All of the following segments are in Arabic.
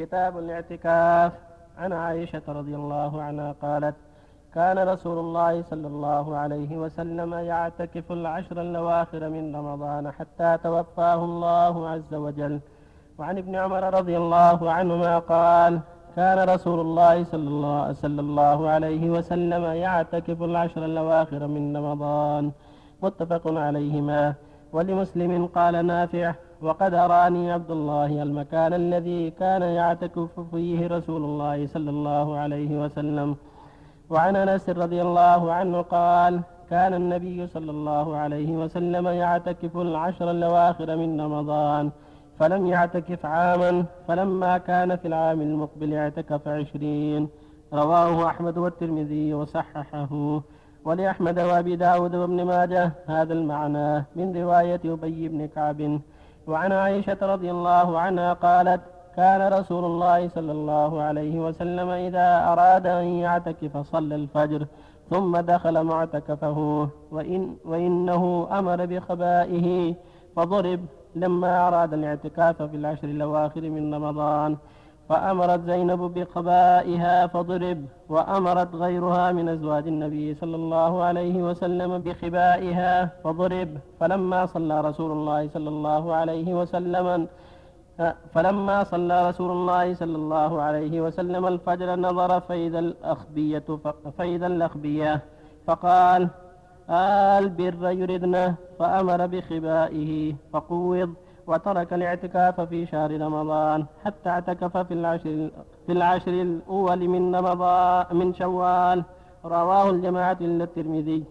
كتاب الاعتكاف. عن عائشة رضي الله عنها قالت: كان رسول الله صلى الله عليه وسلم يعتكف العشر الأواخر من رمضان حتى توفاه الله عز وجل. وعن ابن عمر رضي الله عنهما قال: كان رسول الله صلى الله عليه وسلم يعتكف العشر الأواخر من رمضان. متفق عليهما. ولمسلم قال نافع: وقد أراني عبد الله المكان الذي كان يعتكف فيه رسول الله صلى الله عليه وسلم. وعن أنس رضي الله عنه قال: كان النبي صلى الله عليه وسلم يعتكف العشر الأواخر من رمضان فلم يعتكف عاما، فلما كان في العام المقبل اعتكف 20. رواه أحمد والترمذي وصححه. ولأحمد وأبي داود وابن ماجه هذا المعنى من رواية أبي بن كعب. وعن عائشة رضي الله عنها قالت: كان رسول الله صلى الله عليه وسلم إذا أراد أن يعتكف صلى الفجر ثم دخل معتكفه وإنه أمر بخبائه فضرب لما أراد الاعتكاف في العشر الأواخر من رمضان، فأمرت زينب بخبائها فضرب، وأمرت غيرها من أزواج النبي صلى الله عليه وسلم بخبائها فضرب. فلما صلى رسول الله صلى الله عليه وسلم الفجر نظر فإذا الأخبية فقال: البر يردنا، فأمر بخبائه فقوض، وترك الاعتكاف في شهر رمضان حتى اعتكف في العشر الأول من شوال. رواه الجماعة إلا الترمذي،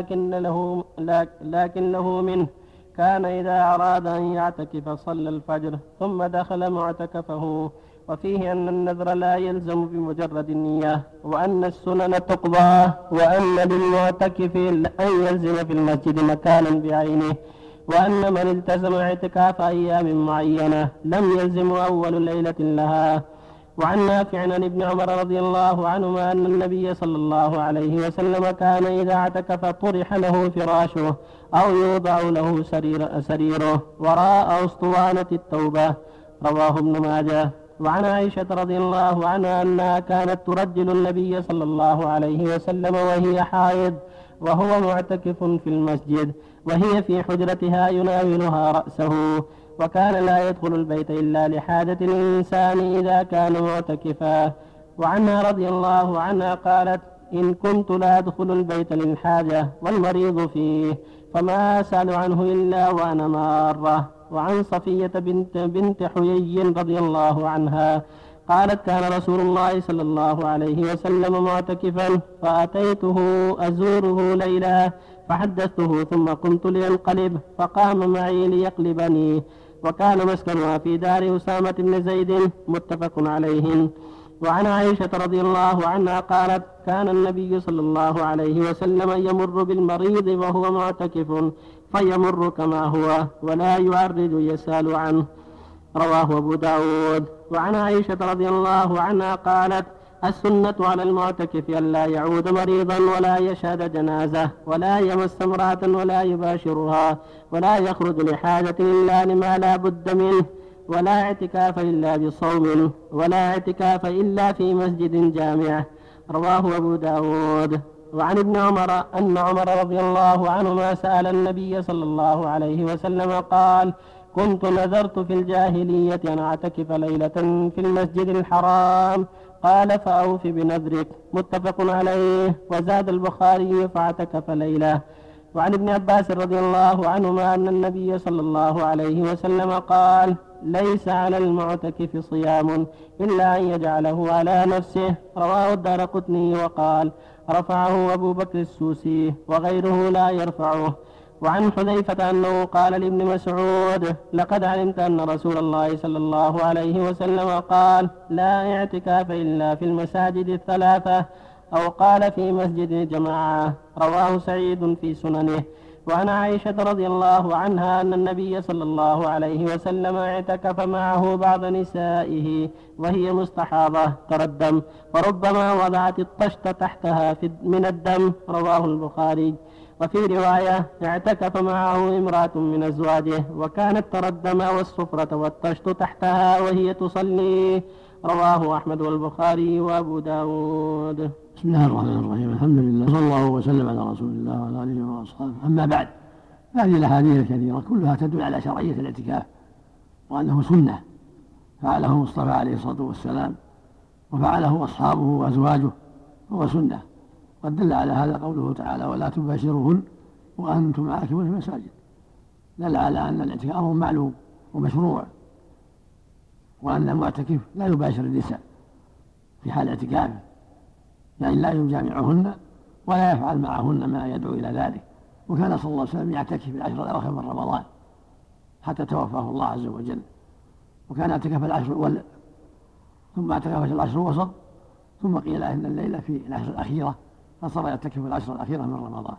لكن له منه: كان إذا أراد أن يعتكف صلى الفجر ثم دخل معتكفه. وفيه أن النذر لا يلزم بمجرد النية، وأن السنن تقضى، وأن للمعتكف أن يلزم في المسجد مكانا بعينه، وأن من التزم اعتكاف أيام معينة لم يلزم أول ليلة لها. وعن نافع عن ابن عمر رضي الله عنهما أن النبي صلى الله عليه وسلم كان إذا اعتكف طرح له فراشه أو يوضع له سريره وراء أسطوانة التوبة. رواه ابن ماجه. وعن عائشة رضي الله عنها أنها كانت ترجل النبي صلى الله عليه وسلم وهي حائض وهو معتكف في المسجد، وهي في حجرتها يناولها رأسه، وكان لا يدخل البيت إلا لحاجة الإنسان إذا كان معتكفا. وعنها رضي الله عنها قالت: إن كنت لا أدخل البيت للحاجة والمريض فيه فما أسأل عنه إلا وأنا مارة. وعن صفية بنت حيي رضي الله عنها قالت: كان رسول الله صلى الله عليه وسلم معتكفا، فأتيته أزوره ليلة فحدثته ثم قمت لينقلب فقام معي ليقلبني، وكان مسكنها في دار أسامة بن زيد. متفق عليه. وعن عائشة رضي الله عنها قالت: كان النبي صلى الله عليه وسلم يمر بالمريض وهو معتكف فيمر كما هو ولا يعرج يسأل عنه. رواه أبو داود. وعن عائشة رضي الله عنها قالت: السنة على المعتكف ألا يعود مريضا ولا يشهد جنازة ولا يمس امرأة ولا يباشرها ولا يخرج لحاجة إلا لما لا بد منه، ولا اعتكاف إلا بصوم، ولا اعتكاف إلا في مسجد جامع. رواه أبو داود. وعن ابن عمر أن عمر رضي الله عنهما سأل النبي صلى الله عليه وسلم قال: كنت نذرت في الجاهلية أن أعتكف ليلة في المسجد الحرام، قال: فأوف بنذرك. متفق عليه. وزاد البخاري: فاعتكف ليلة. وعن ابن عباس رضي الله عنهما أن النبي صلى الله عليه وسلم قال: ليس على المعتكف صيام إلا أن يجعله على نفسه. رواه الدارقطني وقال: رفعه أبو بكر السوسي وغيره لا يرفعه. وعن حذيفة أنه قال لابن مسعود: لقد علمت أن رسول الله صلى الله عليه وسلم قال: لا اعتكاف إلا في المساجد الثلاثة، أو قال في مسجد جماعة. رواه سعيد في سننه. وعن عائشة رضي الله عنها أن النبي صلى الله عليه وسلم اعتكف معه بعض نسائه وهي مستحاضة ترى الدم، وربما وضعت الطشت تحتها من الدم. رواه البخاري. وفي رواية: اعتكف معه امرأة من أزواجه وكانت ترى الدم والصفرة والطشت تحتها وهي تصلي. رواه أحمد والبخاري وأبو داود. بسم الله الرحمن الرحيم. الحمد لله صلى الله وسلم على رسول الله وعلى آله وأصحابه. أما بعد، هذه الأحاديث الكثيرة كلها تدل على شرعية الاعتكاف وأنه سنة فعله المصطفى عليه الصلاة والسلام وفعله أصحابه وأزواجه، هو سنة. قد دل على هذا قوله تعالى: ولا تباشروهن وأنتم عاكفون في المساجد، دل على أن الاعتكاف أمر معلوم ومشروع، وأن المعتكف لا يباشر النساء في حال اعتكافه، يعني لا يجامعهن ولا يفعل معهن ما يدعو إلى ذلك. وكان صلى الله عليه وسلم يعتكف في العشر الأواخر من رمضان حتى توفاه الله عز وجل، وكان اعتكف العشر الأول ثم اعتكف في العشر الوسط، ثم قيل إن الليلة في العشر الأخيرة، فصار يعتكف العشر الأخيرة من رمضان.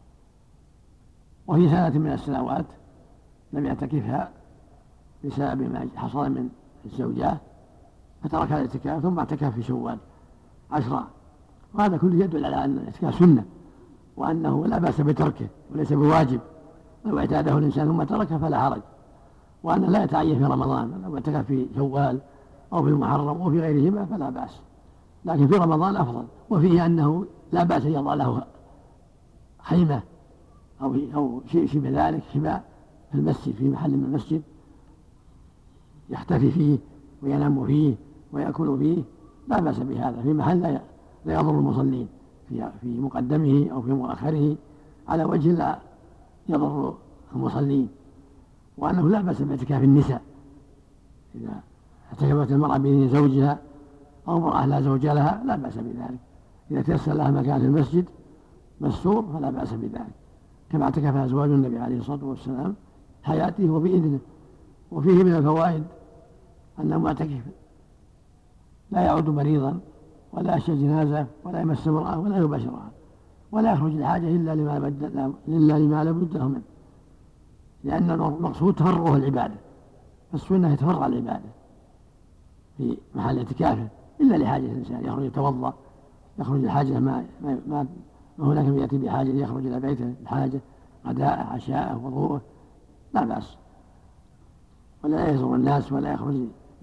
وفي سنة من السنوات لم يعتكفها بسبب ما حصل من الزوجات فترك الاعتكاف ثم اعتكف في شوال 10. وهذا كله يدل على أن الاعتكاف سنة وأنه لا بأس بتركه وليس بواجب، لو اعتاده الإنسان ثم تركه فلا حرج، وأنه لا يتعين في رمضان، لو اعتكف في شوال أو في المحرم أو في غيرهما فلا بأس، لكن في رمضان أفضل. وفيه أنه لا بأس أن يضع له خيمة أو شيء شبه ذلك، شباء في المسجد، في محل من المسجد يحتفي فيه وينام فيه ويأكل فيه، لا بأس بهذا، في محل لا يضر المصلين، في مقدمه أو في مؤخره، على وجه لا يضر المصلين. وأنه لا بأس باعتكاف النساء، إذا اعتكفت المرأة بإذن زوجها أو امرأة لا زوج لها لا بأس بذلك، إذا تيسر لها مكان في المسجد مستور فلا بأس بذلك، كما اعتكف أزواج النبي عليه الصلاة والسلام حياته وبإذنه. وفيه من الفوائد أن المعتكف لا يعود مريضا ولا يشهد جنازة ولا يمس امرأة ولا يباشرها ولا يخرج الحاجة إلا لما لا بد له منه، لأن المقصود تفرغه العبادة، فالسنة يتفرغ العبادة في محل اعتكافه إلا لحاجة الإنسان، يخرج يتوضأ، يخرج الحاجة ما هناك من يأتي بحاجة يخرج إلى بيته الحاجة، غداء عشاء وضوءه لا بأس، ولا يزور الناس ولا يخرج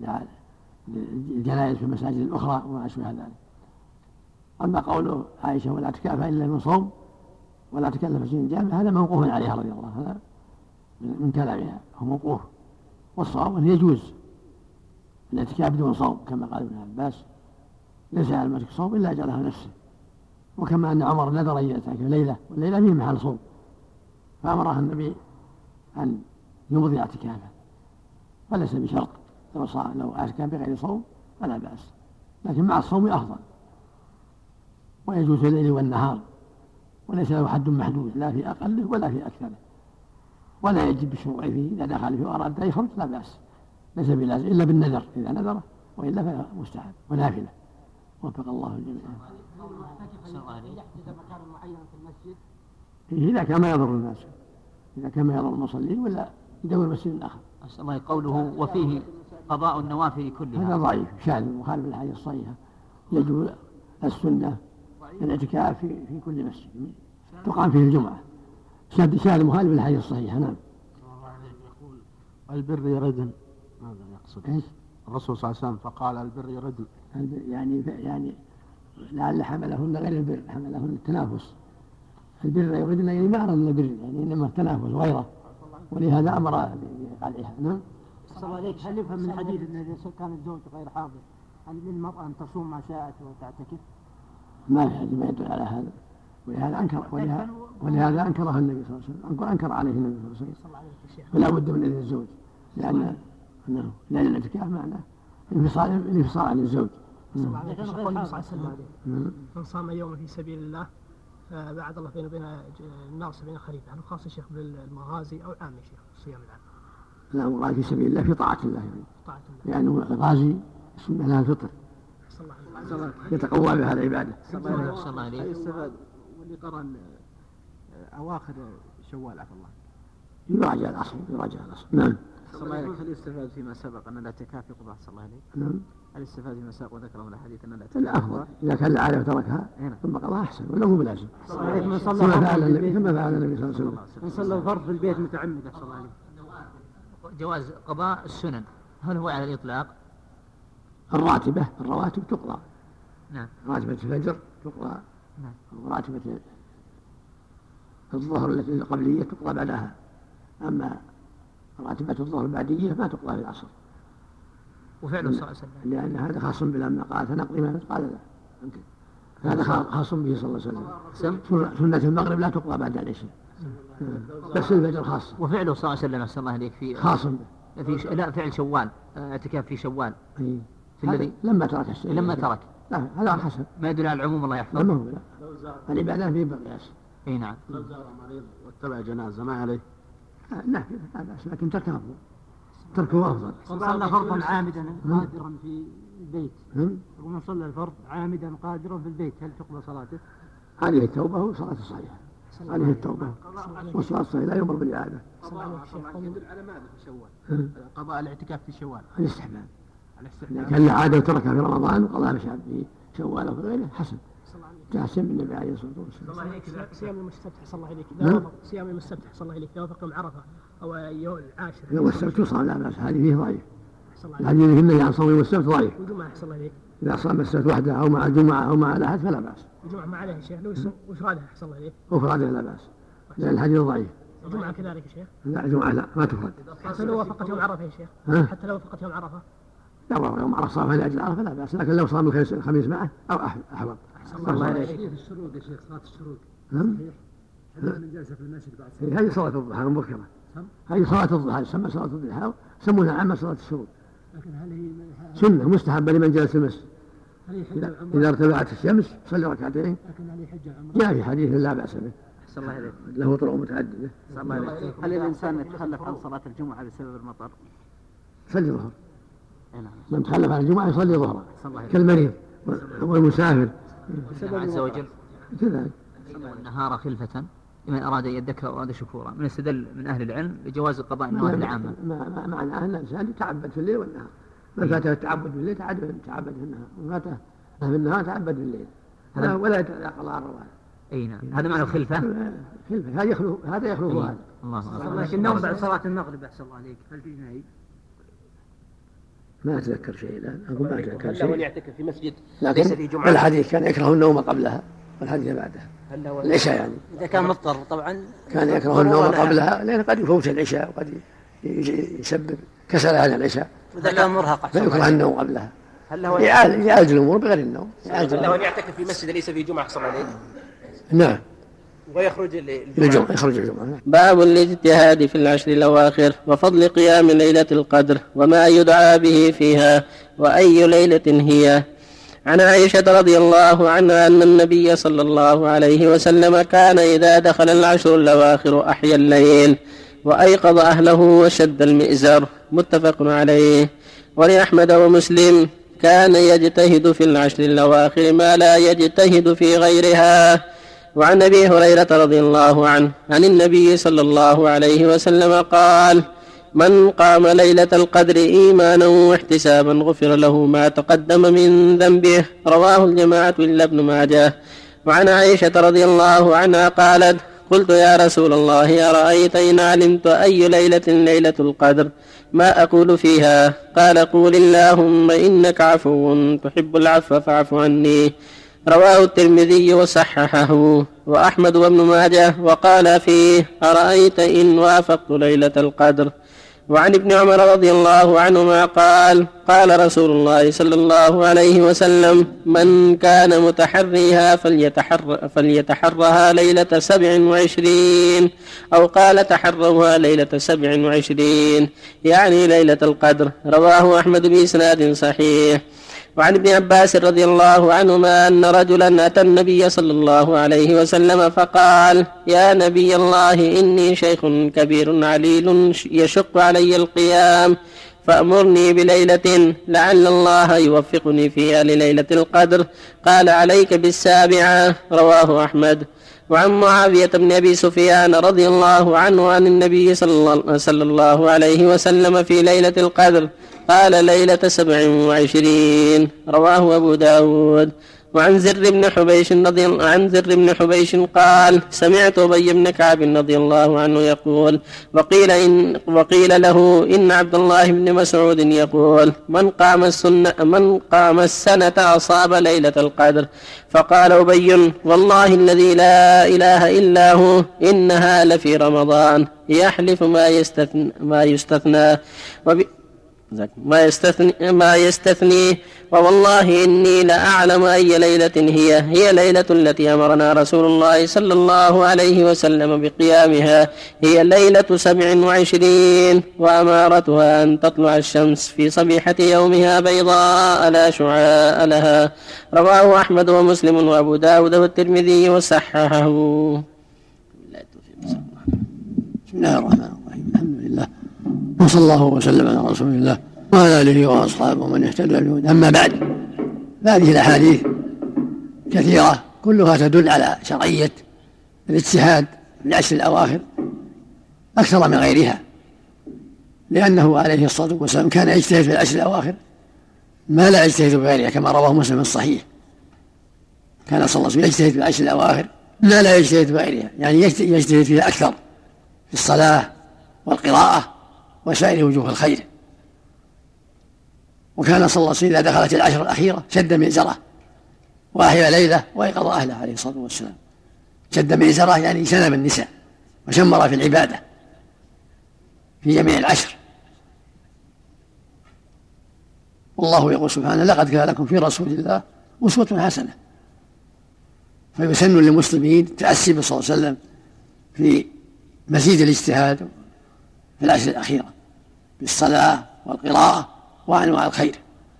للجنائز في المساجد الأخرى وما أشبه ذلك. أما قوله عائشة ولا اعتكاف إلا من صوم ولا تكلف شيء جامع، هذا موقوف عليها رضي الله عنها من كلامها، هو موقوف. والصوم أن يجوز الاعتكاف بدون صوم كما قال ابن عباس: ليس على المشرك صوم إلا أجلها نفسه. وكما أن عمر نذر أن يعتكف ليلة والليلة فيه محل صوم، فأمرها النبي أن يمضي اعتكافه، فليس بشرط، لو اعتكف بغير صوم فلا بأس، لكن مع الصوم أفضل. ويجوز الليل والنهار، وليس له حد محدود لا في أقله ولا في أكثره، ولا يجب بالشروع فيه. إذا دخل فيه وأراد أن يخرج لا بأس، ليس بلازم إلا بالنذر، إذا نذره، وإلا فلا مستحب ونافلة. وفق الله الجميع. إذا كان ما يضر الناس، إذا كان ما يضر المصلين ولا يدور مسجد آخر. الله قوله وفيه قضاء النوافل كلها، هذا ضعيف شاذ مخالف للحديث الصحيحة. يجب السنة الاعتكاف في كل مسجد تقام فيه الجمعة، شاذ مخالف للحديث الصحيحة. نعم. يقول البر يردن، ماذا يقصد؟ إيش؟ الرسول صلى الله عليه وسلم فقال البر يردن، يعني لعل حملهن غير البر، حملهن التنافس. البر يردن يعني ما أراد البر، يعني إنما التنافس غيره، ولهذا أمر بقلعها. نعم. صلى عليك، هل يفهم من الحديث أن إذا كان الزوج غير حاضر هل للمرأة أن تصوم ما شاءت وتعتكف؟ ما في حديث ما يدل على هذا، ولهذا أنكره النبي صلى الله عليه وسلم، أنكر عليه النبي صلى الله عليه وسلم، فلا بد من إذن الزوج، لأن الاعتكاف معناه الانفصال عن الزوج. صلى الله عليه وسلم: من صام يوما في سبيل الله بعد الله بين النار 70 خريفا. هل خاص الشيخ بالمغازي أو عام الشيخ الصيام العام؟ لا، مراد في سبيل الله في طاعة الله يعني، لأنه الغازي يسمى لها الفطر، يتقوى بها العبادة. صلى الله عليه. يستفاد واللي قرن أواخر شوال عفى الله يراجع الأصل. نعم. صلى الله عليه. هل يستفاد فيما سبق أن الاعتكاف يقضى؟ صلى الله عليه. نعم. هل يستفاد فيما سبق وذكره الحديث أن الاعتكاف الأفضل إذا كان العادة وتركها ثم قضاها أحسن، ولا هو بلازم. كما فعل النبي صلى الله عليه وسلم. من صلى الفرض في البيت متعمدا صلى الله عليه. جواز قضاء السنن هل هو على الإطلاق الرواتب تقضى. نعم. راتبة الفجر تقضى. نعم. وراتبة الظهر التي القبلية تقضى بعدها. أما راتبة الظهر البعدية ما تقضى في العصر. وفعله صلى الله عليه وسلم لأن هذا خاص بلما قال فنقضي ما قال لا يمكن. هذا خاص به صلى الله عليه وسلم. سنة المغرب لا تقضى بعد العشاء بس الفجر خاص. وفعله صلى الله عليه وسلم أحسن الله إليك في خاص به لا فعل شوال، اعتكاف في شوال في الذي لما ترك الشيء لما ترك. لا هذا حسن ما يدل على العموم الله يحفظه. لما هو لا العبادة فيه بقياس. اي نعم. لو زار مريض واتبع جنازة ما عليه لا بأس لكن تركه أفضل. تركه أفضل. صلى فرضا عامدا قادرا في البيت ومن صلى الفرض عامدا قادرا في البيت هل تقبل صلاته؟ عليه التوبة وصلاة الصحيحة. عليه التوبة والصلاة الصحيحة لا يؤمر بالإعادة. يدل على ماذا في شوال؟ قضاء الاعتكاف في شوال الاستحباب. كان له عادة تركها في رمضان وقضاها في شوال أو في غيره حسن. جاء سن النبي عليه الصلاة والسلام. صيام المستفتح صلى الله عليك. صيام المستفتح صلى الله عليك إذا وافق يوم عرفة أو يوم العاشر. يوم السبت يصام لا بأس. هذه فيه ضعيف. الحديث النهي عن صوم يوم السبت ضعيف. والجمعة صلى الله عليك. إذا صام السبت وحده أو مع الجمعة أو مع الأحد فلا بأس. الجمعة ما عليه شيء لو وفرادها صلى الله عليه. وفرادها لا بأس لأن الحديث ضعيف. الجمعة كذلك يا شيخ. لا الجمعة لا ما تفرد. حتى لو وافقت يوم عرفة يا شيخ. حتى لو وافقت يوم عرفة. لا يوم عرفة صام لأجل عرفة لا بأس لكن لو صام الخميس معه أو أحوط. الله عليك. الشروق يا شيخ صلاة الشروق. هذا من جلسة في المسجد بعد. هذه صلاة الضحى مبكرة. هذه صلاة الضحى تسمى صلاة الضحى يسمونها عامة صلاة الشروق. لكن هل هي سنة مستحبة لمن جلس المسجد. هل هي حجة إذا ارتفعت الشمس صلي ركعتين. لكن هل هي حجة عمره؟ جاء في حديث لا بأس به. أحسن الله إليك. له طرق متعددة. هل الإنسان يتخلف عن صلاة الجمعة بسبب المطر؟ يصلي ظهر. من تخلف عن الجمعة يصلي ظهرا كالمريض والمسافر. الله عز وجل كذلك النهار خلفة لمن أراد أن يذكر وأراد شكورا. من استدل من أهل العلم لجواز القضاء النوافل العامة. معنى أن الإنسان يتعبد في الليل والنهار. من فاته التعبد في الليل تعبد في النهار ومن فاته في النهار تعبد في الليل ولا يتقضى الرواتب. أي نعم هذا معنى الخلفة. هذا يخلو هذا. الله. لكن النوم بعد صلاة المغرب أحسن الله عليك هل في نهي؟ ما أتذكر شيء الآن أقول ما أتذكر شيء. هل له يعتكف في مسجد ليس في جمعة؟ الحديث كان يكره النوم قبلها والحديث بعدها العشاء يعني إذا كان مضطر طبعا كان يكره النوم قبلها لأن قد يفوت العشاء وقد يسبب كسل عن العشاء. إذا كان مرهق فيكره النوم قبلها. يعالج الأمور بغير النوم. هل له أن يعتكف في مسجد ليس في جمعة صلى الله عليه؟ نعم. ويخرج الجمعة. باب الاجتهاد في العشر الأواخر وفضل قيام ليلة القدر وما يدعى به فيها وأي ليلة هي. عن عائشة رضي الله عنها أن النبي صلى الله عليه وسلم كان إذا دخل العشر الأواخر أحيا الليل وأيقظ أهله وشد المئزر. متفق عليه. ولأحمد ومسلم كان يجتهد في العشر الأواخر ما لا يجتهد في غيرها. وعن أبي هريرة رضي الله عنه عن النبي صلى الله عليه وسلم قال: من قام ليلة القدر إيمانا واحتسابا غفر له ما تقدم من ذنبه. رواه الجماعة إلا ابن ماجه. وعن عائشة رضي الله عنها قالت: قلت يا رسول الله أرأيت إن علمت أي ليلة القدر ما أقول فيها؟ قال: قول اللهم إنك عفو تحب العفو فاعف عني. رواه الترمذي وصححه وأحمد وابن ماجه وقال فيه: أرأيت إن وافقت ليلة القدر. وعن ابن عمر رضي الله عنهما قال: قال رسول الله صلى الله عليه وسلم: من كان متحريها فليتحرها ليلة 27 أو قال تحروها ليلة 27 يعني ليلة القدر. رواه أحمد بإسناد صحيح. وعن ابن عباس رضي الله عنهما أن رجلا أتى النبي صلى الله عليه وسلم فقال: يا نبي الله إني شيخ كبير عليل يشق علي القيام فأمرني بليلة لعل الله يوفقني فيها لليلة القدر. قال: عليك بالسابعة. رواه أحمد. وعن معاوية بن أبي سفيان رضي الله عنه عن النبي صلى الله عليه وسلم في ليلة القدر قال: ليلة 27. رواه أبو داود. وعن زر بن حبيش قال سمعت أبي بن كعب رضي الله عنه يقول وقيل له إن عبد الله بن مسعود يقول من قام السنة أصاب ليلة القدر. فقال أبي والله الذي لا إله إلا هو إنها لفي رمضان يحلف ما يستثني ووالله إني لأعلم أي ليلة هي ليلة التي أمرنا رسول الله صلى الله عليه وسلم بقيامها، هي ليلة 27 وأمارتها أن تطلع الشمس في صبيحة يومها بيضاء لا شعاع لها. رواه أحمد ومسلم وأبو داود والترمذي وصححه. بسم الله الرحمن الرحيم. الحمد لله وصلى الله وسلم على رسول الله وعلى آله وأصحابه ومن اهتدى بهداه. أما بعد، هذه الأحاديث كثيرة كلها تدل على شرعية الاجتهاد في العشر الأواخر أكثر من غيرها، لأنه عليه الصلاة والسلام كان يجتهد في العشر الأواخر ما لا يجتهد في غيرها، كما رواه مسلم في الصحيح. كان صلى الله عليه وسلم يجتهد في العشر الأواخر ما لا يجتهد في غيرها، يعني يجتهد فيها أكثر في الصلاة والقراءة وسائر وجوه الخير. وكان صلى الله عليه وسلم إذا دخلت العشر الأخيرة شد مئزره وأحيا ليلة وأيقظ أهله عليه الصلاة والسلام. شد مئزره يعني سلم النساء وشمر في العبادة في جميع العشر. والله يقول سبحانه لقد كان لكم في رسول الله أسوة حسنة. فيسن للمسلمين التأسي صلى الله عليه وسلم في مزيد الاجتهاد في العشر الأخيرة بالصلاة والقراءة وأنواع الخير.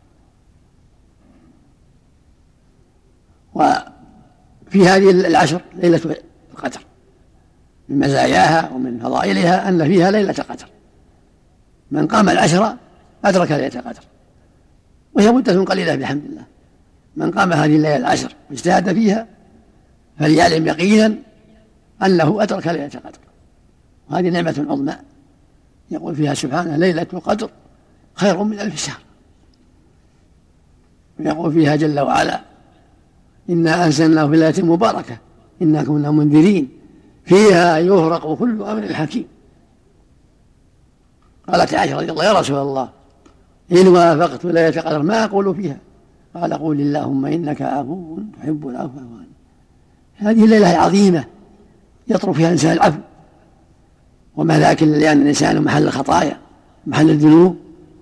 وفي هذه العشر ليلة القدر من مزاياها ومن فضائلها أن فيها ليلة القدر. من قام العشر أدرك ليلة القدر، وهي مدة قليلة بحمد الله. من قام هذه الليلة العشر واجتهد فيها فليعلم يقينا أنه أدرك ليلة القدر، وهذه نعمة عظمى يقول فيها سبحانه ليلة القدر خير من 1000 شهر. ويقول فيها جل وعلا إنا أنزلناه في ليلة مباركة إنا كنا منذرين فيها يفرق كل أمر حكيم. قالت عائشة رضي الله يا رسول الله إن وافقت ليلة القدر ما أقول فيها؟ قال قول اللهم إنك عفو تحب العفو عني. هذه الليلة عظيمة يطرق فيها الإنسان العفو، وما ذاك لأن الإنسان محل الخطايا محل الذنوب،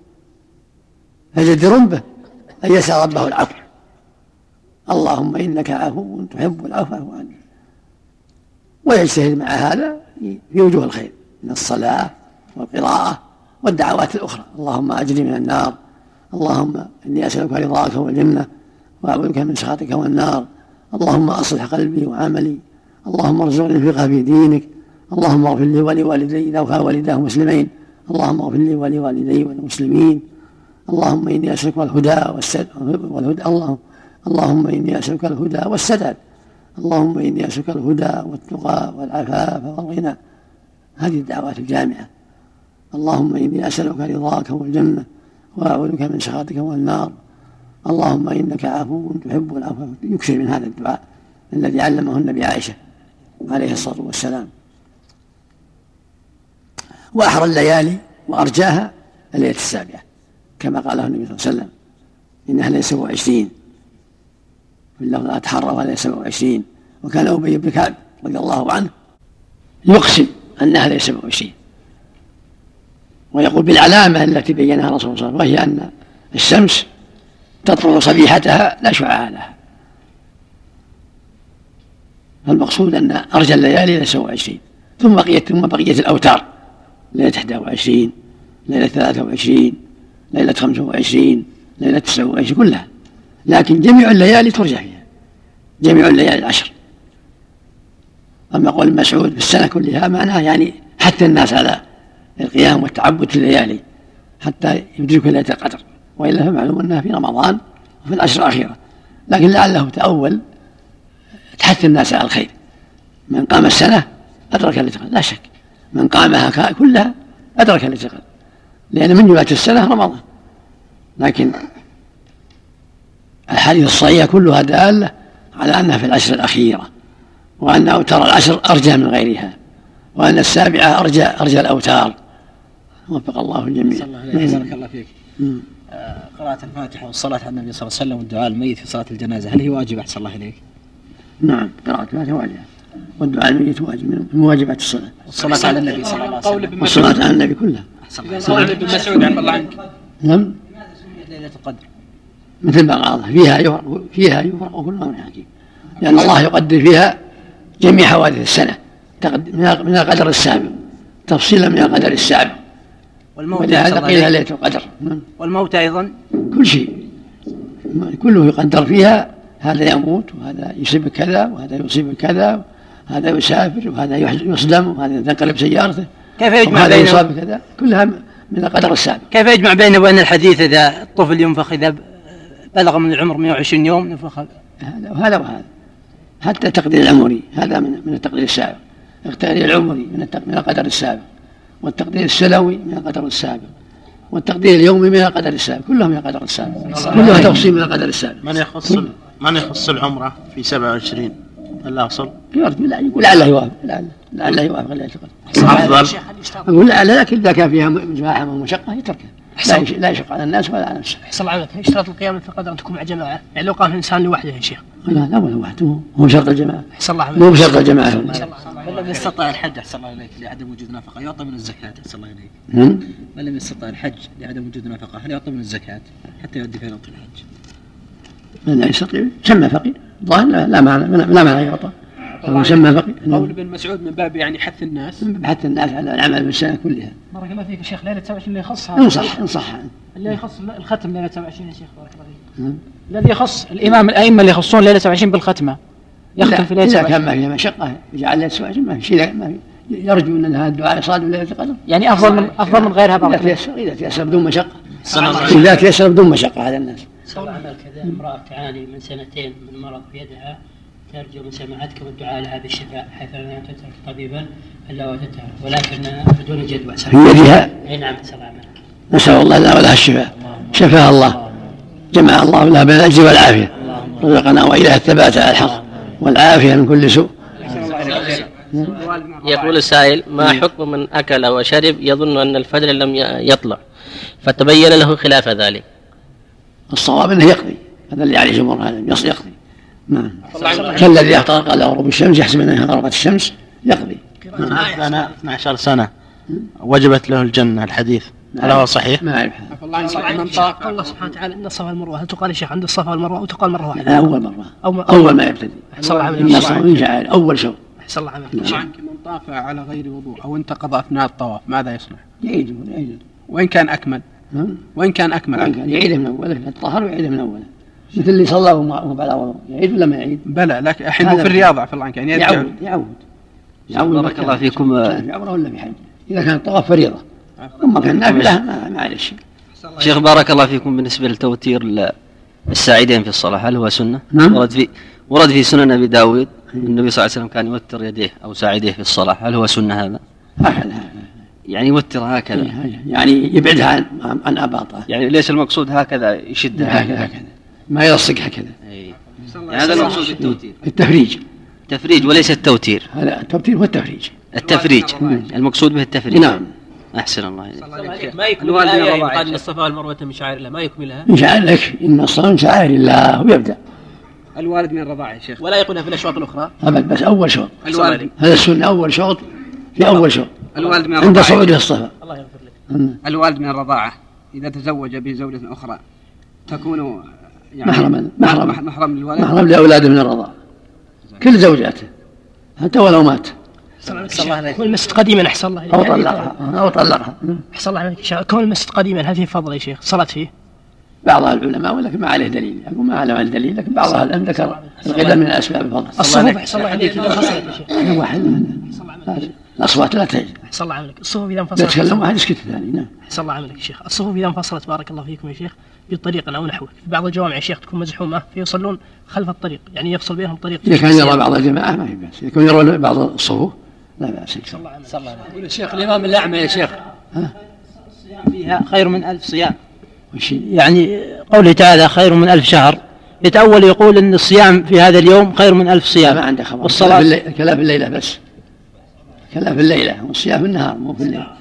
فجدر به أن يسأل ربه العفو. اللهم إنك عفو تحب العفو عني. ويجتهد مع هذا في وجوه الخير من الصلاة والقراءة والدعوات الأخرى. اللهم أجرني من النار، اللهم إني أسألك رضاك والجنة وأعوذ بك من سخطك والنار، اللهم أصلح قلبي وعملي، اللهم ارزقني الفقه في دينك، اللهم اغفر لي ولوالدي لو كان والداه مسلمين، اللهم اغفر لي ولوالدي والمسلمين، اللهم إني أسألك الهدى والسداد، اللهم إني أسألك الهدى والسداد، اللهم إني أسألك الهدى والتقى والعفاف والغنى. هذه الدعوات الجامعة. اللهم إني أسألك رضاك والجنة وأعوذ بك من سخطك والنار، اللهم إنك عفو تحب العفو. يكثر من هذا الدعاء الذي علمه النبي عائشة عليه الصلاة والسلام. وأحرى الليالي وأرجاها الليلة السابعة كما قاله النبي صلى الله عليه وسلم إنها ليلة 27 في اللفظ أتحرى ولا 27. وكان أبي بن كعب رضي الله عنه يقسم أنها ليلة 27 ويقول بالعلامة التي بينها الرسول صلى الله عليه وسلم، وهي أن الشمس تطلع صبيحتها لا شعاع لها. فالمقصود أن أرجى الليالي ليلة 27 ثم بقية الأوتار ليلة 21 ليلة 23 ليلة 25 ليلة 29 كلها، لكن جميع الليالي ترجى فيها، جميع الليالي العشر. أما قول مسعود بالسنة كلها معناه يعني حتى الناس على القيام والتعبد في الليالي حتى يدركوا ليلة القدر، وإلا فمعلوم أنها في رمضان وفي العشر الأخيرة، لكن لعله تأول تحث الناس على الخير. من قام السنة أدرك ليلة القدر لا شك، من قامها كلها أدرك ليلة القدر، لأن من جملة السنة رمضان. لكن الأحاديث الصحيحة كلها دالة على أنها في العشر الأخيرة، وأن أوتار العشر أرجى من غيرها، وأن السابعة أرجى الأوتار. وفق الله الجميع. بارك الله فيك. قراءة الفاتحة والصلاة على النبي صلى الله عليه وسلم والدعاء الميت في صلاة الجنازة هل هي واجبة أحسن الله إليك؟ نعم، قراءة الفاتحة واجبة، والدعاء الميت واجب من واجبات الصلاة. والصلاة على النبي صلى الله عليه وسلم. والصلاة على النبي كلها. قول ابن مسعود عن الله عنك. نعم. ليلة القدر مثل ما قال فيها يفرق كل أمر حكيم، لأن الله يقدر فيها جميع حوادث السنة من القدر السابق تفصيلا من القدر السابق، ولهذا قيل ليلة القدر. والموت أيضا كل شيء كله يقدر فيها، هذا يموت وهذا يصيب كذا وهذا يصيب كذا، هذا يسافر وهذا يصدم وهذا تنقلب سيارته، كيف يجمع بين يصاب كذا، كلها من القدر السابق. كيف يجمع بينه وبين الحديث إذا الطفل ينفخ إذا بلغ من العمر 120 يوم نفخ؟ هذا وهذا، حتى التقدير العمري هذا من التقدير السابق، التقدير العمري من القدر السابق، والتقدير السنوي من القدر السابق، والتقدير اليومي من القدر السابق، كلها من القدر السابق، كلها تفصيل من القدر السابق. من يخص العمرة في 27 الله أصل؟ يقول لعله يوافق، لعله يوافق ليلة القدر أفضل. أقول لعله، لكن إذا كان فيها مزاحمة ومشقة يتركها، لا يشق على الناس ولا على نفسه. أحسن الله عليك. اشتراط القيام في القدر أن تكون مع جماعة، يعني لو قام الإنسان لوحده يا شيخ؟ لا ولا وحده، هو شرط الجماعة. أحسن الله عليك. مو بشرط الجماعة. من لم يستطع الحج أحسن الله إليك لعدم وجود نفقة يعطى من الزكاة أحسن الله إليك. من لم يستطع الحج لعدم وجود نفقة هل يعطى من الزكاة حتى يؤدي في نفقة الحج؟ من لا يستطيع سمى فقير، ظاهر لا معنى يعطى، يسمى فقير. قول ابن مسعود من باب يعني حث الناس على العمل بالسنة كلها. بارك الله فيك يا شيخ. ليلة 27 اللي يخصها إن صح اللي يخص الختم ليلة 27 يا شيخ بارك الله فيك. الذي يخص الأئمة اللي يخصون ليلة 27 بالختمة يختم في ليلة 27. إذا كان ما فيها مشقة يجعل ليلة 27 ما في شيء، ما في يرجو أن هذا الدعاء يصادف ليلة القدر، يعني أفضل من غيرها بارك الله فيك. إذا تيسر بدون مشقة، إذا تيسر بدون مشقة على الناس. عمل كذا امرأة تعاني من 2 من مرض في يدها ترجو من سماعتكم الدعاء لها بالشفاء حيث لا تترك طبيبا الا وجدتها ولكنها بدون جدوى. في يدها؟ اي نعم. سلام عليك. نسأل الله لها ولها الشفاء، شفاها الله، جمع الله لها بين الأجر والعافية، رزقنا وإله الثبات على الحق والعافية من كل سوء. يقول السائل: ما حكم من أكل وشرب يظن أن الفجر لم يطلع فتبين له خلاف ذلك؟ الصواب أنه يقضي، هذا اللي عليه جمهور العلماء، يقضي. نعم. كالذي احترق على غروب الشمس يحسب أنها غربت الشمس يقضي. من أذن 12 سنة وجبت له الجنة، الحديث هل هو صحيح؟ ما أعرف. الله سبحانه وتعالى إن الصفا والمروة، هل تقال يا شيخ عند الصفا والمروة أو تقال مرة واحدة؟ أول مرة، أول ما يبتدي. أول شوط. أحسن الله عليك. من طاف على غير وضوء أو انتقض أثناء الطواف ماذا يصنع؟ يعيد. وإن كان أكمل يعيده من أوله، يتطهر ويعيده من أوله، مثل اللي صلى وهو بعد وضوء، يعيد ولا ما يعيد؟ بلى، لكن الحين في الرياضة في الله يعني يعود. بارك الله فيكم. في عمره ولا في حج، إذا كان الطواف فريضة، أما كان نافلة ما عليه شيء. شيخ بارك الله فيكم، بالنسبة للتوتير الساعدين في الصلاة هل هو سنة؟ ورد في سنن أبي داود النبي صلى الله عليه وسلم كان يوتر يديه أو ساعديه في الصلاة، هل هو سنة هذا؟ يعني يوتر هكذا، يعني يبعدها عن أباطها، يعني ليس المقصود هكذا يشدها هكذا ما يلصق هكذا. يعني هذا المقصود بالتوتير، التفريج وليس التوتير. هذا التوتير هو التفريج. المقصود به التفريج. نعم. أحسن الله إليك. ما يكمل الآية قال إن الصفا والمروة من شعائر الله، ما يكملها. من شعائر لك، إن الصلاة من شعائر الله، ويبدأ. الوالد من الرضاعة يا شيخ ولا يقولها في الأشواط الأخرى أبد، بس أول شوط. هذا السنة أول شوط، في أول شوط الوالد من عند صعود الصفا. الله يغفر لك. الوالد من الرضاعة إذا تزوج بزوجة أخرى تكون يعني محرم للولد، محرم لأولاده من الرضاعة، كل زوجاته حتى ولو مات. كون المسجد قديما أحسن الله إليك أو طلقها. أحسن الله عليك. كون المسجد قديما هل فيه فضل يا شيخ صلاة فيه؟ بعض العلماء ولكن ما عليه دليل، يقول ما عليه دليل، لكن بعض العلماء ذكر القدم من الأسباب الفضل. الصفوف أحسن الله عليك إذا انفصلت يا شيخ. واحد الأصوات لا تجد. أحسن الله عليك. الصفوف إذا انفصلت يتكلم واحد يسكت الثاني. نعم. أحسن الله عليك يا شيخ. الصفوف إذا انفصلت بارك الله فيكم يا شيخ بطريق أو نحوه، في بعض الجوامع يا شيخ تكون مزحومة فيصلون خلف الطريق، يعني يفصل بينهم طريق. إذا كان يرى بعض الجماعة ما في بأس، إذا كان يرى بعض الصفوف لا بأس. يقول الشيخ الإمام الأعمى يا شيخ الصيام فيها خير من 1000 صيام، يعني قوله تعالى خير من 1000 شهر، يتأول يقول أن الصيام في هذا اليوم خير من 1000 صيام. ما عنده خبر. والصلاة كلام في الليلة بس، كلام في الليلة، والصيام في النهار مو في الليل.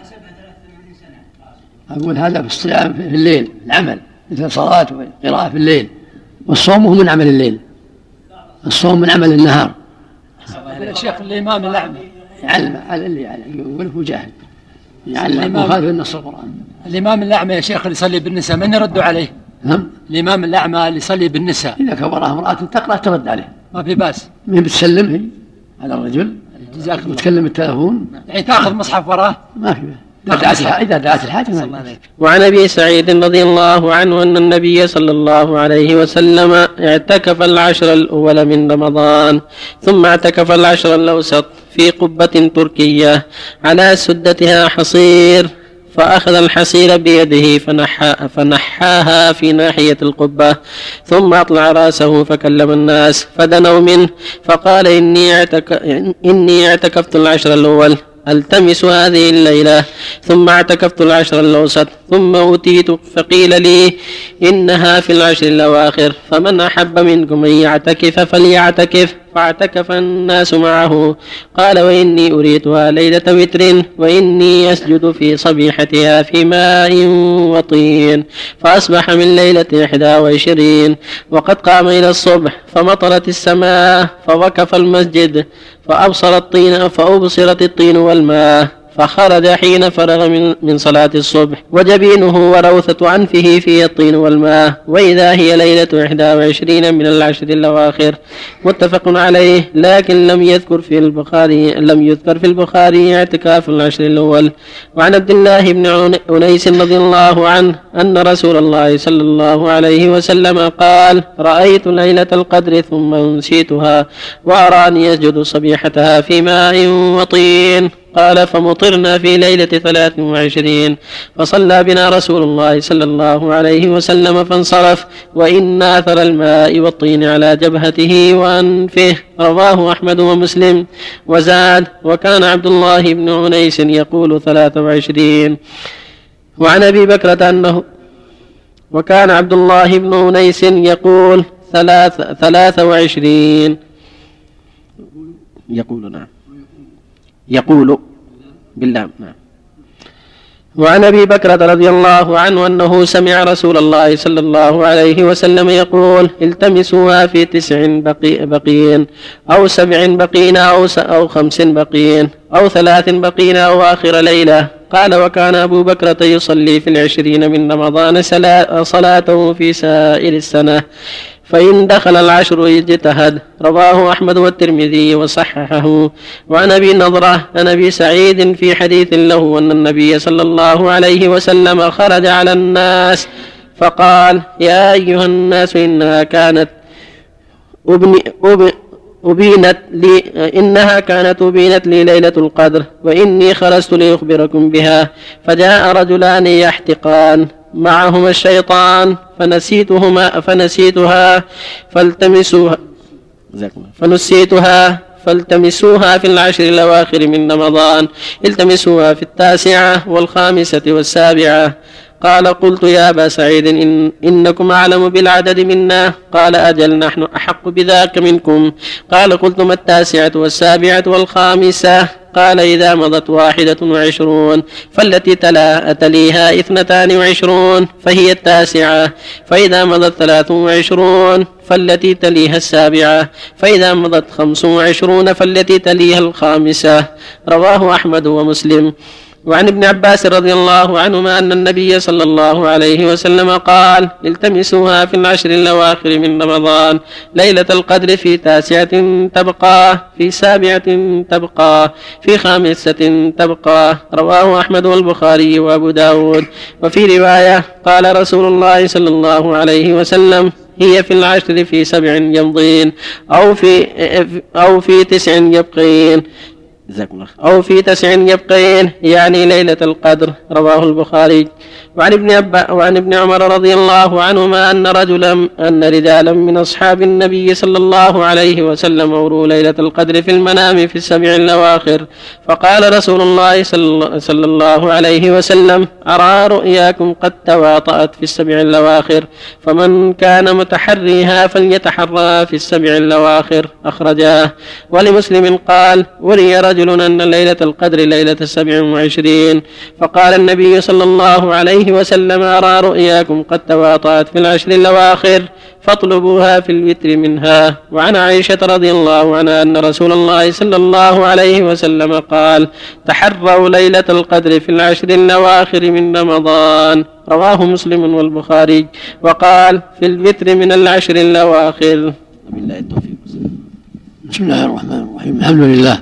أقول هذا في الصيام في الليل، العمل مثل الصلاة والقراءة في الليل، والصوم هو من عمل الليل، الصوم من عمل النهار. يا شيخ الإمام الأعمى يعلم على اللي يقول هو جاهل، يعلم مخالف النص القرآن. الإمام الأعمى يا شيخ اللي يصلي بالنساء من يرد عليه؟ الإمام الأعمى اللي يصلي بالنساء إذا كبرها امرأة تقرأ ترد عليه، ما في بأس. من بتسلم هي على الرجل وتكلم التلفون، يعني تأخذ مصحف وراه ما في. إذا دعت الحاجة ما في. وعن أبي سعيد رضي الله عنه أن النبي صلى الله عليه وسلم اعتكف العشر الأول من رمضان، ثم اعتكف العشر الأوسط في قبة تركية على سدتها حصير، فأخذ الحصير بيده فنحاها في ناحية القبة، ثم أطلع رأسه فكلم الناس فدنوا منه، فقال إني اعتكفت العشر الأول التمس هذه الليلة، ثم اعتكفت العشر الأوسط، ثم أوتيت فقيل لي إنها في العشر الأواخر، فمن أحب منكم أن يعتكف فليعتكف، فاعتكف الناس معه. قال وإني أريتها ليلة وتر، وإني أسجد في صبيحتها في ماء وطين، فأصبح من ليلة 21 وقد قام إلى الصبح، فمطرت السماء فوقف المسجد فأبصرت الطين والماء، فخرج حين فرغ من صلاة الصبح، وجبينه وروثة أنفه فيه الطين والماء، وإذا هي ليلة 21 من العشر الأواخر. متفق عليه، لكن لم يذكر في البخاري اعتكاف العشر الأول. وعن عبد الله بن أنيس رضي الله عنه أن رسول الله صلى الله عليه وسلم قال: رأيت ليلة القدر ثم أنسيتها، وأراني يسجد صبيحتها في ماء وطين. قال: فمطرنا في ليلة 23 فصلى بنا رسول الله صلى الله عليه وسلم فانصرف، وإن أثر الماء والطين على جبهته وأنفه. رواه أحمد ومسلم. وزاد: وكان عبد الله بن أنيس يقول 23. وعن أبي بكرة أنه وكان عبد الله بن أنيس يقول 23. يقول بالله. وعن أبي بكرة رضي الله عنه أنه سمع رسول الله صلى الله عليه وسلم يقول: التمسوها في 9 بقين أو 7 بقين أو 5 بقين أو 3 بقين أو آخر ليلة. قال: وكان أبو بكرة يصلي في 20 من رمضان صلاته في سائر السنة، فإن دخل العشر اجتهد. رواه أحمد والترمذي وصححه. وعن أبي نضرة عن أبي سعيد في حديث له أن النبي صلى الله عليه وسلم خرج على الناس فقال: يا أيها الناس إنها كانت أبينت لي ليلة القدر، وإني خرجت لأخبركم بها. فجاء رجلان يحتقان معهما الشيطان فنسيتها فالتمسوها في العشر الأواخر من رمضان، التمسوها في 9 و15 و7. قال: قلت يا أبا سعيد إنكم أعلم بالعدد منا. قال: أجل، نحن أحق بذاك منكم. قال: قلت ما 9 و7 و15؟ قال: إذا مضت 21 فالتي تليها 22 فهي 9، فإذا مضت 23 فالتي تليها 7، فإذا مضت 25 فالتي تليها 5. رواه أحمد ومسلم. وعن ابن عباس رضي الله عنهما أن النبي صلى الله عليه وسلم قال: التمسوها في العشر الأواخر من رمضان، ليلة القدر في 9 تبقى، في 7 تبقى، في 5 تبقى. رواه أحمد والبخاري وأبو داود. وفي رواية قال رسول الله صلى الله عليه وسلم: هي في العشر في 7 يمضين أو في 9 يبقين. أو في 9 يبقين يعني ليلة القدر. رواه البخاري. وعن ابن عمر رضي الله عنهما أن رجالا من أصحاب النبي صلى الله عليه وسلم أوروا ليلة القدر في المنام في 7 الأواخر، فقال رسول الله صلى الله عليه وسلم: أرى رؤياكم قد تواطأت في 7 الأواخر، فمن كان متحريها فليتحرى في 7 الأواخر. أخرجاه. ولمسلم قال: ولي رجل أن ليلة القدر ليلة 27، فقال النبي صلى الله عليه وسلم: أرى رؤياكم قد تواطأت في 10 الأواخر، فاطلبوها في الوتر منها. وعن عائشة رضي الله عنها أن رسول الله صلى الله عليه وسلم قال: تحروا ليلة القدر في 10 الأواخر من رمضان. رواه مسلم والبخاري. وقال: في الوتر من 10 الأواخر. بالله التوفيق. بسم الله الرحمن الرحيم. الحمد لله،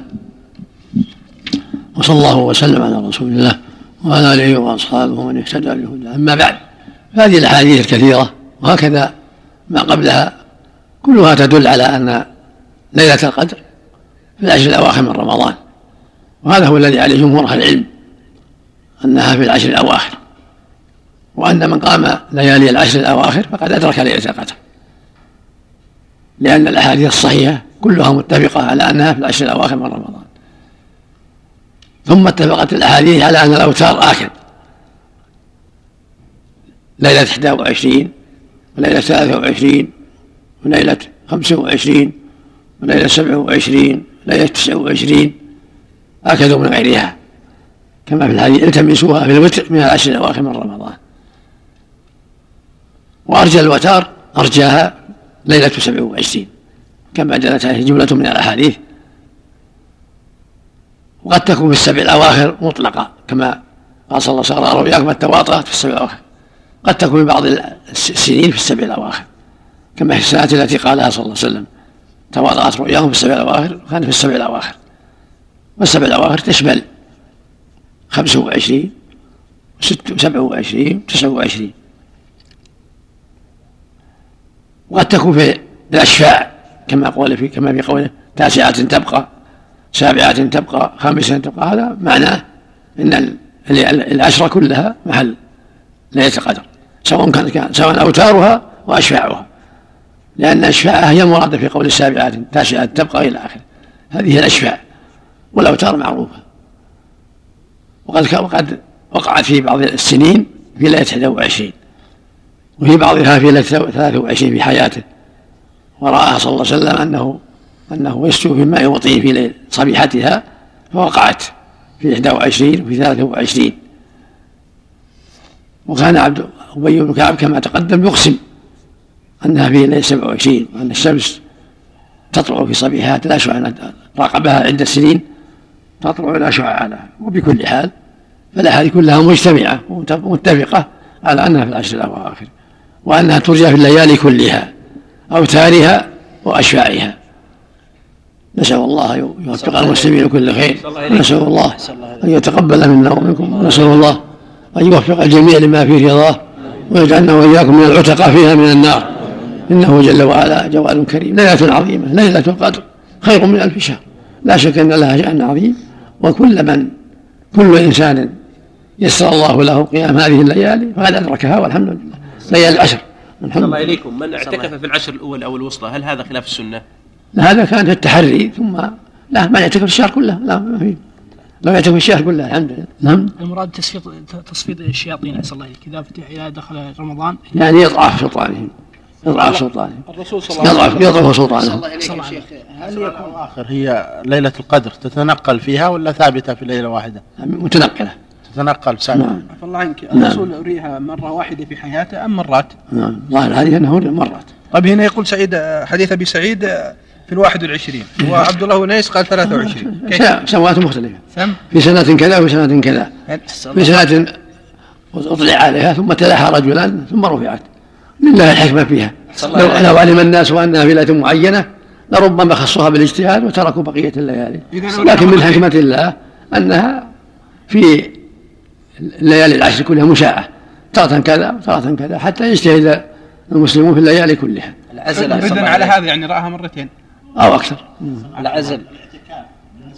وصلى الله وسلم على رسول الله وعلى آله وأصحابه ومن اهتدى بهداه. أما بعد، هذه الأحاديث الكثيرة وهكذا ما قبلها كلها تدل على أن ليلة القدر في 10 الأواخر من رمضان، وهذا هو الذي عليه جمهور أهل العلم، أنها في 10 الأواخر، وأن من قام ليالي 10 الأواخر فقد أدرك ليلة القدر، لأن الأحاديث الصحيحة كلها متفقة على أنها في 10 الأواخر من رمضان. ثم اتفقت الأحاديث على أن الأوتار آكد، ليلة 21 وليلة 23 وليلة 25 وليلة 27 وليلة 29 آكدوا من غيرها، كما في الحديث: التمسوها في الوتر من 10 الأواخر من رمضان. وأرجى الوتار أرجاها ليلة 27 كما دلت عليه جملة من الأحاديث. وقد تكون في 7 الأواخر مطلقة، كما قال صلى الله عليه وسلم: رؤياكم التواطؤت في 7 الأواخر. قد تكون في بعض السنين في 7 الأواخر، كما في السنة التي قالها صلى الله عليه وسلم: تواطأت رؤياهم في 7 الأواخر، كان في 7 الأواخر. والسبع الأواخر تشمل 25 27 29. وقد تكون في الأشفاع كما في قوله: 9 تبقى، 7 تبقى، 5 تبقى. هذا معناه أن 10 كلها محل ليلة القدر، سواء أوتارها وأشفاعها، لأن أشفاعها هي المرادة في قول 7 9 تبقى إلى آخره. هذه هي الأشفاع، والأوتار معروفة. وقد وقعت في بعض السنين في ليلة 21، وفي بعضها في ليلة 23 في حياته، ورآها صلى الله عليه وسلم أنه يسجد في الماء وطين في ليل صبيحتها، فوقعت في 21 وفي 23. وكان أبي بن كعب كما تقدم يقسم أنها في ليلة 27، وأن الشمس تطلع في صبيحات لا شعاع، راقبها عدة سنين تطلع لا شعاع لها. وبكل حال فالأحاديث كلها مجتمعة ومتفقة على أنها في 10 الأواخر، وأنها ترجى في الليالي كلها، أوتارها وأشفاعها. نسأل الله يوفق المسلمين كل خير، ونسأل الله أن يتقبل منا ومنكم، ونسأل الله أن يوفق الجميع لما فيه رضاه، ويجعلنا وإياكم من العتقاء فيها من النار، إنه جل وعلا جواد كريم. ليلة عظيمة، ليلة القدر خير من 1000 شهر، لا شك أن لها شأن عظيم. كل إنسان يسر الله له قيام هذه الليالي فقد أدركها، والحمد لله. ليالي 10. الله إليكم، من اعتكف في 10 الأول أو الوسطى، هل هذا خلاف السنة؟ لا، هذا كان في التحري، ثم لا، ما يعتكف الشهر كله، لا ما في، لو يعتكف الشهر كله الحمد لله. نعم. المراد تصفيد الشياطين، أسأل الله إليك، إذا دخل رمضان يعني يضعف سلطانهم، الرسول صلى الله عليه وسلم يضعف سلطانهم. هل يكون آخر هي ليلة القدر تتنقل فيها ولا ثابتة في ليلة واحدة؟ متنقلة، تتنقل سنة. نعم. عفى الله عنك، الرسول أريها مرة واحدة في حياته أم مرات؟ نعم، ظاهر هذه أنه مرات. طيب هنا يقول سعيد، حديث أبي سعيد في 21، وعبد الله ونيس قال 23. سنوات مختلفة، في سنة كذا وفي سنة كذا. في سنة أطلع عليها ثم تلاحى رجلان ثم رفعت، لله الحكمة فيها. لو علم الناس أنها في ليلة معينة لربما خصوها بالاجتهاد وتركوا بقية الليالي، لكن من حكمة الله أنها في الليالي 10 كلها مشاعة، تارة كذا وتارة كذا، حتى يجتهد المسلمون في الليالي كلها. العزل على هذا يعني رأها مرتين أو أكثر. العزل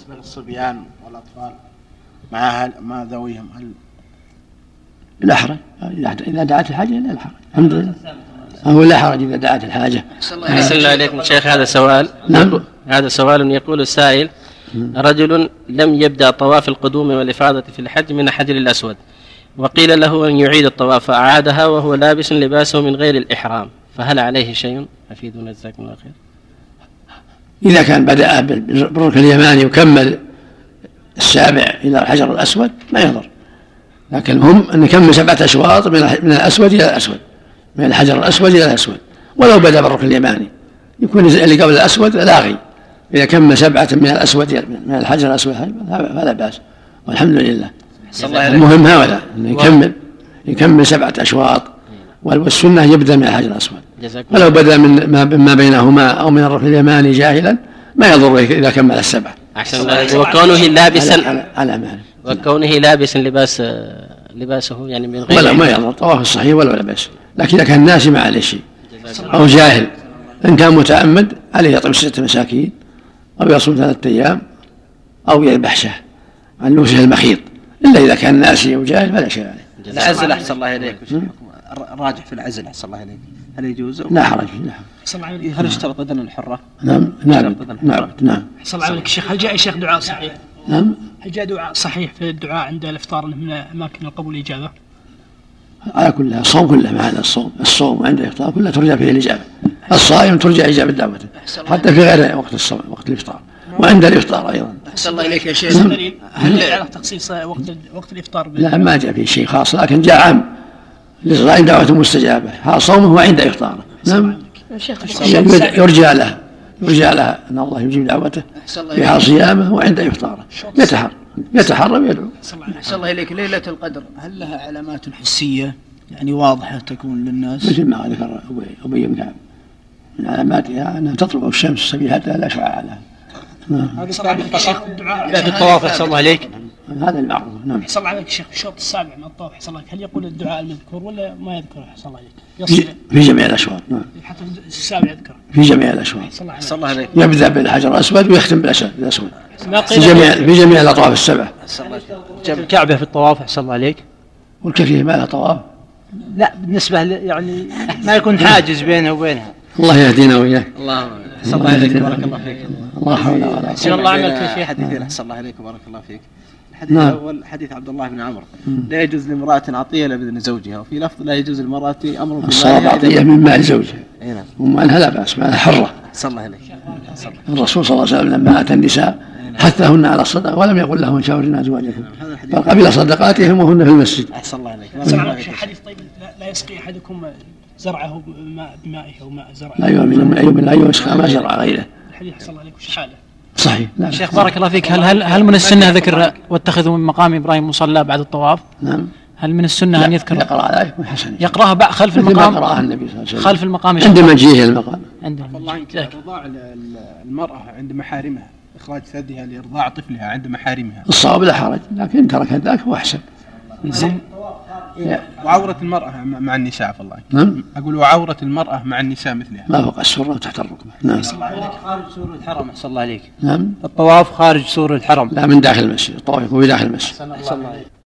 بالنسبة للصبيان والأطفال مع ذويهم هل لا حرج إذا دعت الحاجة لا حرج الحمد لله. هو لا حرج إذا دعت الحاجة. أحسن الله عليكم شيخ. هذا سؤال. نعم. هذا سؤال يقول السائل: رجل لم يبدأ طواف القدوم والإفاضة في الحج من الحجر الأسود، وقيل له أن يعيد الطواف فأعادها وهو لابس لباسه من غير الإحرام، فهل عليه شيء؟ أفيدونا جزاكم الله خير. إذا كان بدأ بالركن اليماني وكمل السابع إلى الحجر الأسود ما يضر، لكن المهم أن يكمل 7 أشواط من الأسود إلى الأسود، من الحجر الأسود إلى الأسود، ولو بدأ بالركن اليماني يكون اللي قبل الأسود لاغي. إذا كمل 7 من الأسود من الحجر الأسود فلا بأس والحمد لله. المهم هذا أنه يكمل 7 أشواط، والسنة يبدأ من الحجر الأسود، ولو بدأ من ما بينهما أو من الركن اليماني جاهلا ما يضر إذا كمل 7. وكونه لابسا على مال وكونه لابسا لباسه يعني من غير ولا ما يضر طواف الصحيح ولا بأس، لكن إذا كان ناسي ما عليه شيء أو جاهل. إن كان متعمد عليه يطعم 6 مساكين أو يصوم 3 أيام أو يذبح شاة عن لوسه المخيط، إلا إذا كان ناسي أو جاهل فلا شيء عليه. العزل أحسن الله إليك الراجح في العزل أحسن الله إليك هل يجوز؟ لا حرج فيه. هل اشترط أذن الحرة؟ نعم. صلى عليك الشيخ. هل جاء الشيخ دعاء صحيح؟ نعم. هل جاء دعاء صحيح في الدعاء عند الإفطار من أماكن القبول الإجابة؟ على كلها الصوم كله معنا الصوم وعند الإفطار كله ترجع فيه الإجابة. الصائم ترجع إجابة دعوته حتى في غير وقت الصوم وقت الإفطار وعند الإفطار أيضا. أحسن الله إليك يا شيخ. هل على تخصيص وقت الإفطار؟ لا ما جاء فيه شيء خاص، لكن جاء عام للصائم دعوته مستجابة حال صومه وعند إفطاره. نعم. يرجى له أن الله يجيب دعوته في حال صيامه وعند إفطاره، يتحرى ويدعو. أحسن الله إليك. ليلة القدر هل لها علامات حسية يعني واضحة تكون للناس؟ مثل ما ذكر أبي بن كعب من علاماتها أنها تطلع الشمس سبيحتها لا شعاع لها. هذا صلاة الشيخ الدعاء في الطواف أحسن الله عليك. هذا المعروف. نعم. أحسن الله عليك الشيخ. الشوط السابع من الطواف أحسن الله، هل يقول الدعاء المذكور ولا ما يذكره؟ أحسن الله عليك. في جميع الأشواط. نعم. حتى السابع يذكره في جميع الأشواط. أحسن الله عليك. يبدأ بالحجر الأسود ويختم بالأسود في جميع الأطواف السبع. الكعبة في الطواف أحسن الله عليك. والكثير ما لها طواف. لا بالنسبة يعني ما يكون حاجز بينه وبينها. الله يهدينا وإياك. الله أحسن الله عليك بارك الله فيك. الله حول ولا قوة. أحسن الله عملك يا شيخ. حديثين أحسن الله عليك بارك الله فيك. الحديث الأول حديث عبد الله بن عمرو لا يجوز لامرأة عطية إلا بإذن زوجها، وفي لفظ لا يجوز للمرأة أمر بالمال عطية من مال زوجها ومالها لا بأس مالها حرة. أحسن الله عليك. الرسول صلى الله عليه وسلم لما أتى النساء حثهن على الصدقة ولم يقل لهن شاورنا أزواجكم، بل قبل صدقاتهم وهن في المسجد. أحسن الله عليك. حديث طيب لا يسقي أحدكم زرعه بمائه أو ماء زرعه. لا يؤمن لا يسقى ما زرع غيره. الحديث أحسن الله عليك وش حاله؟ صحيح. لا شيخ بارك الله فيك. هل من السنة ذكر واتخذوا من مقام إبراهيم مصلى بعد الطواف؟ نعم. هل من السنة أن يذكر يقرأ ذلك حسن يقرأها خلف المقام؟ قرأها النبي صلى الله عليه وسلم خلف المقام عند مجيئه المقام. والله رضاع المرأة عند محارمها، إخراج ثديها لإرضاع طفلها عند محارمها. الصواب لا حرج، لكن ترك ذاك هو أحسن. وعورة المرأة مع النساء فالله. نعم. أقول وعورة المرأة مع النساء مثلها. ما فوق السرة وتحت الركبة. نعم. خارج سور الحرم أحسن الله عليك. نعم. الطواف خارج سور الحرم. لا من داخل المسجد، الطواف يكون في داخل المسجد. أحسن الله عليك.